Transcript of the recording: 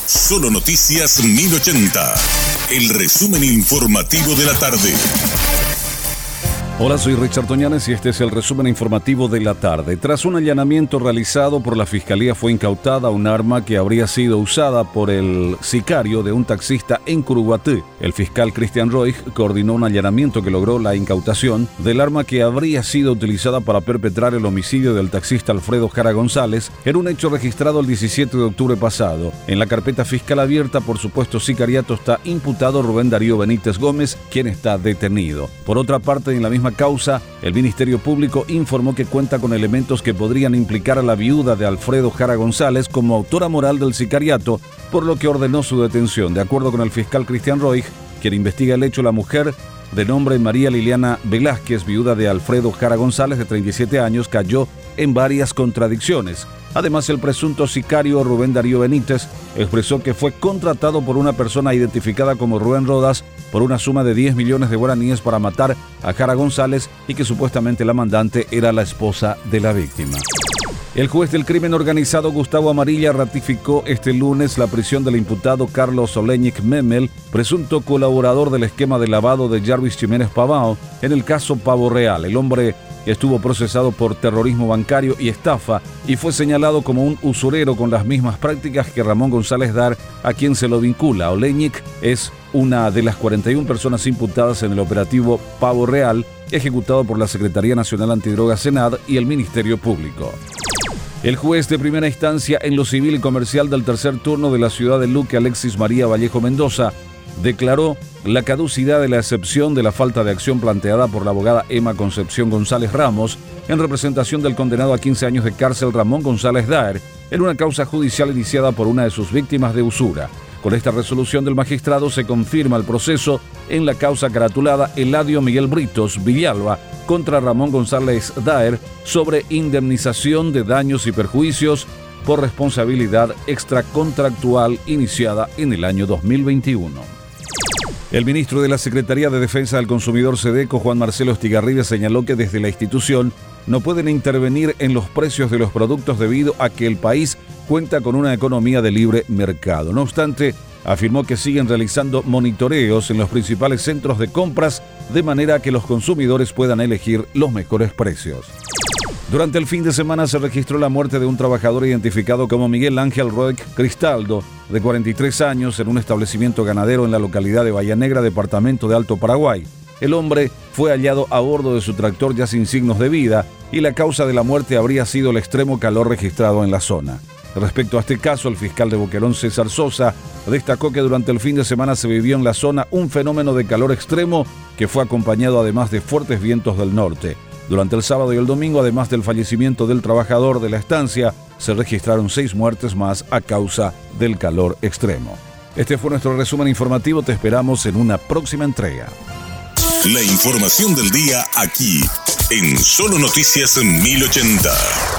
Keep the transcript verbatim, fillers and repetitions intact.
Solo Noticias mil ochenta. El resumen informativo de la tarde. Hola, soy Richard Toñanes y este es el resumen informativo de la tarde. Tras un allanamiento realizado por la Fiscalía, fue incautada un arma que habría sido usada por el sicario de un taxista en Curuguatí. El fiscal Cristian Roig coordinó un allanamiento que logró la incautación del arma que habría sido utilizada para perpetrar el homicidio del taxista Alfredo Jara González en un hecho registrado el diecisiete de octubre pasado. En la carpeta fiscal abierta por supuesto sicariato está imputado Rubén Darío Benítez Gómez, quien está detenido. Por otra parte, en la misma causa, el Ministerio Público informó que cuenta con elementos que podrían implicar a la viuda de Alfredo Jara González como autora moral del sicariato, por lo que ordenó su detención. De acuerdo con el fiscal Cristian Roig, quien investiga el hecho, la mujer de nombre María Liliana Velázquez, viuda de Alfredo Jara González, de treinta y siete años, cayó en varias contradicciones. Además, el presunto sicario Rubén Darío Benítez expresó que fue contratado por una persona identificada como Rubén Rodas por una suma de diez millones de guaraníes para matar a Jara González y que supuestamente la mandante era la esposa de la víctima. El juez del crimen organizado Gustavo Amarilla ratificó este lunes la prisión del imputado Carlos Oleñic Memel, presunto colaborador del esquema de lavado de Jarvis Jiménez Pavao en el caso Pavo Real. El hombre estuvo procesado por terrorismo bancario y estafa y fue señalado como un usurero con las mismas prácticas que Ramón González Dar, a quien se lo vincula. Oleñic es una de las cuarenta y una personas imputadas en el operativo Pavo Real, ejecutado por la Secretaría Nacional Antidrogas SENAD y el Ministerio Público. El juez de primera instancia en lo civil y comercial del tercer turno de la ciudad de Luque, Alexis María Vallejo Mendoza, declaró la caducidad de la excepción de la falta de acción planteada por la abogada Emma Concepción González Ramos en representación del condenado a quince años de cárcel Ramón González Daer en una causa judicial iniciada por una de sus víctimas de usura. Con esta resolución del magistrado se confirma el proceso en la causa caratulada Eladio Miguel Britos Villalba contra Ramón González Daer sobre indemnización de daños y perjuicios por responsabilidad extracontractual iniciada en el año dos mil veintiuno. El ministro de la Secretaría de Defensa del Consumidor SEDECO, Juan Marcelo Estigarribia, señaló que desde la institución no pueden intervenir en los precios de los productos debido a que el país cuenta con una economía de libre mercado. No obstante, afirmó que siguen realizando monitoreos en los principales centros de compras de manera que los consumidores puedan elegir los mejores precios. Durante el fin de semana se registró la muerte de un trabajador identificado como Miguel Ángel Roig Cristaldo, de cuarenta y tres años, en un establecimiento ganadero en la localidad de Bahía Negra, departamento de Alto Paraguay. El hombre fue hallado a bordo de su tractor ya sin signos de vida y la causa de la muerte habría sido el extremo calor registrado en la zona. Respecto a este caso, el fiscal de Boquerón, César Sosa, destacó que durante el fin de semana se vivió en la zona un fenómeno de calor extremo que fue acompañado además de fuertes vientos del norte. Durante el sábado y el domingo, además del fallecimiento del trabajador de la estancia, se registraron seis muertes más a causa del calor extremo. Este fue nuestro resumen informativo. Te esperamos en una próxima entrega. La información del día aquí, en Solo Noticias mil ochenta.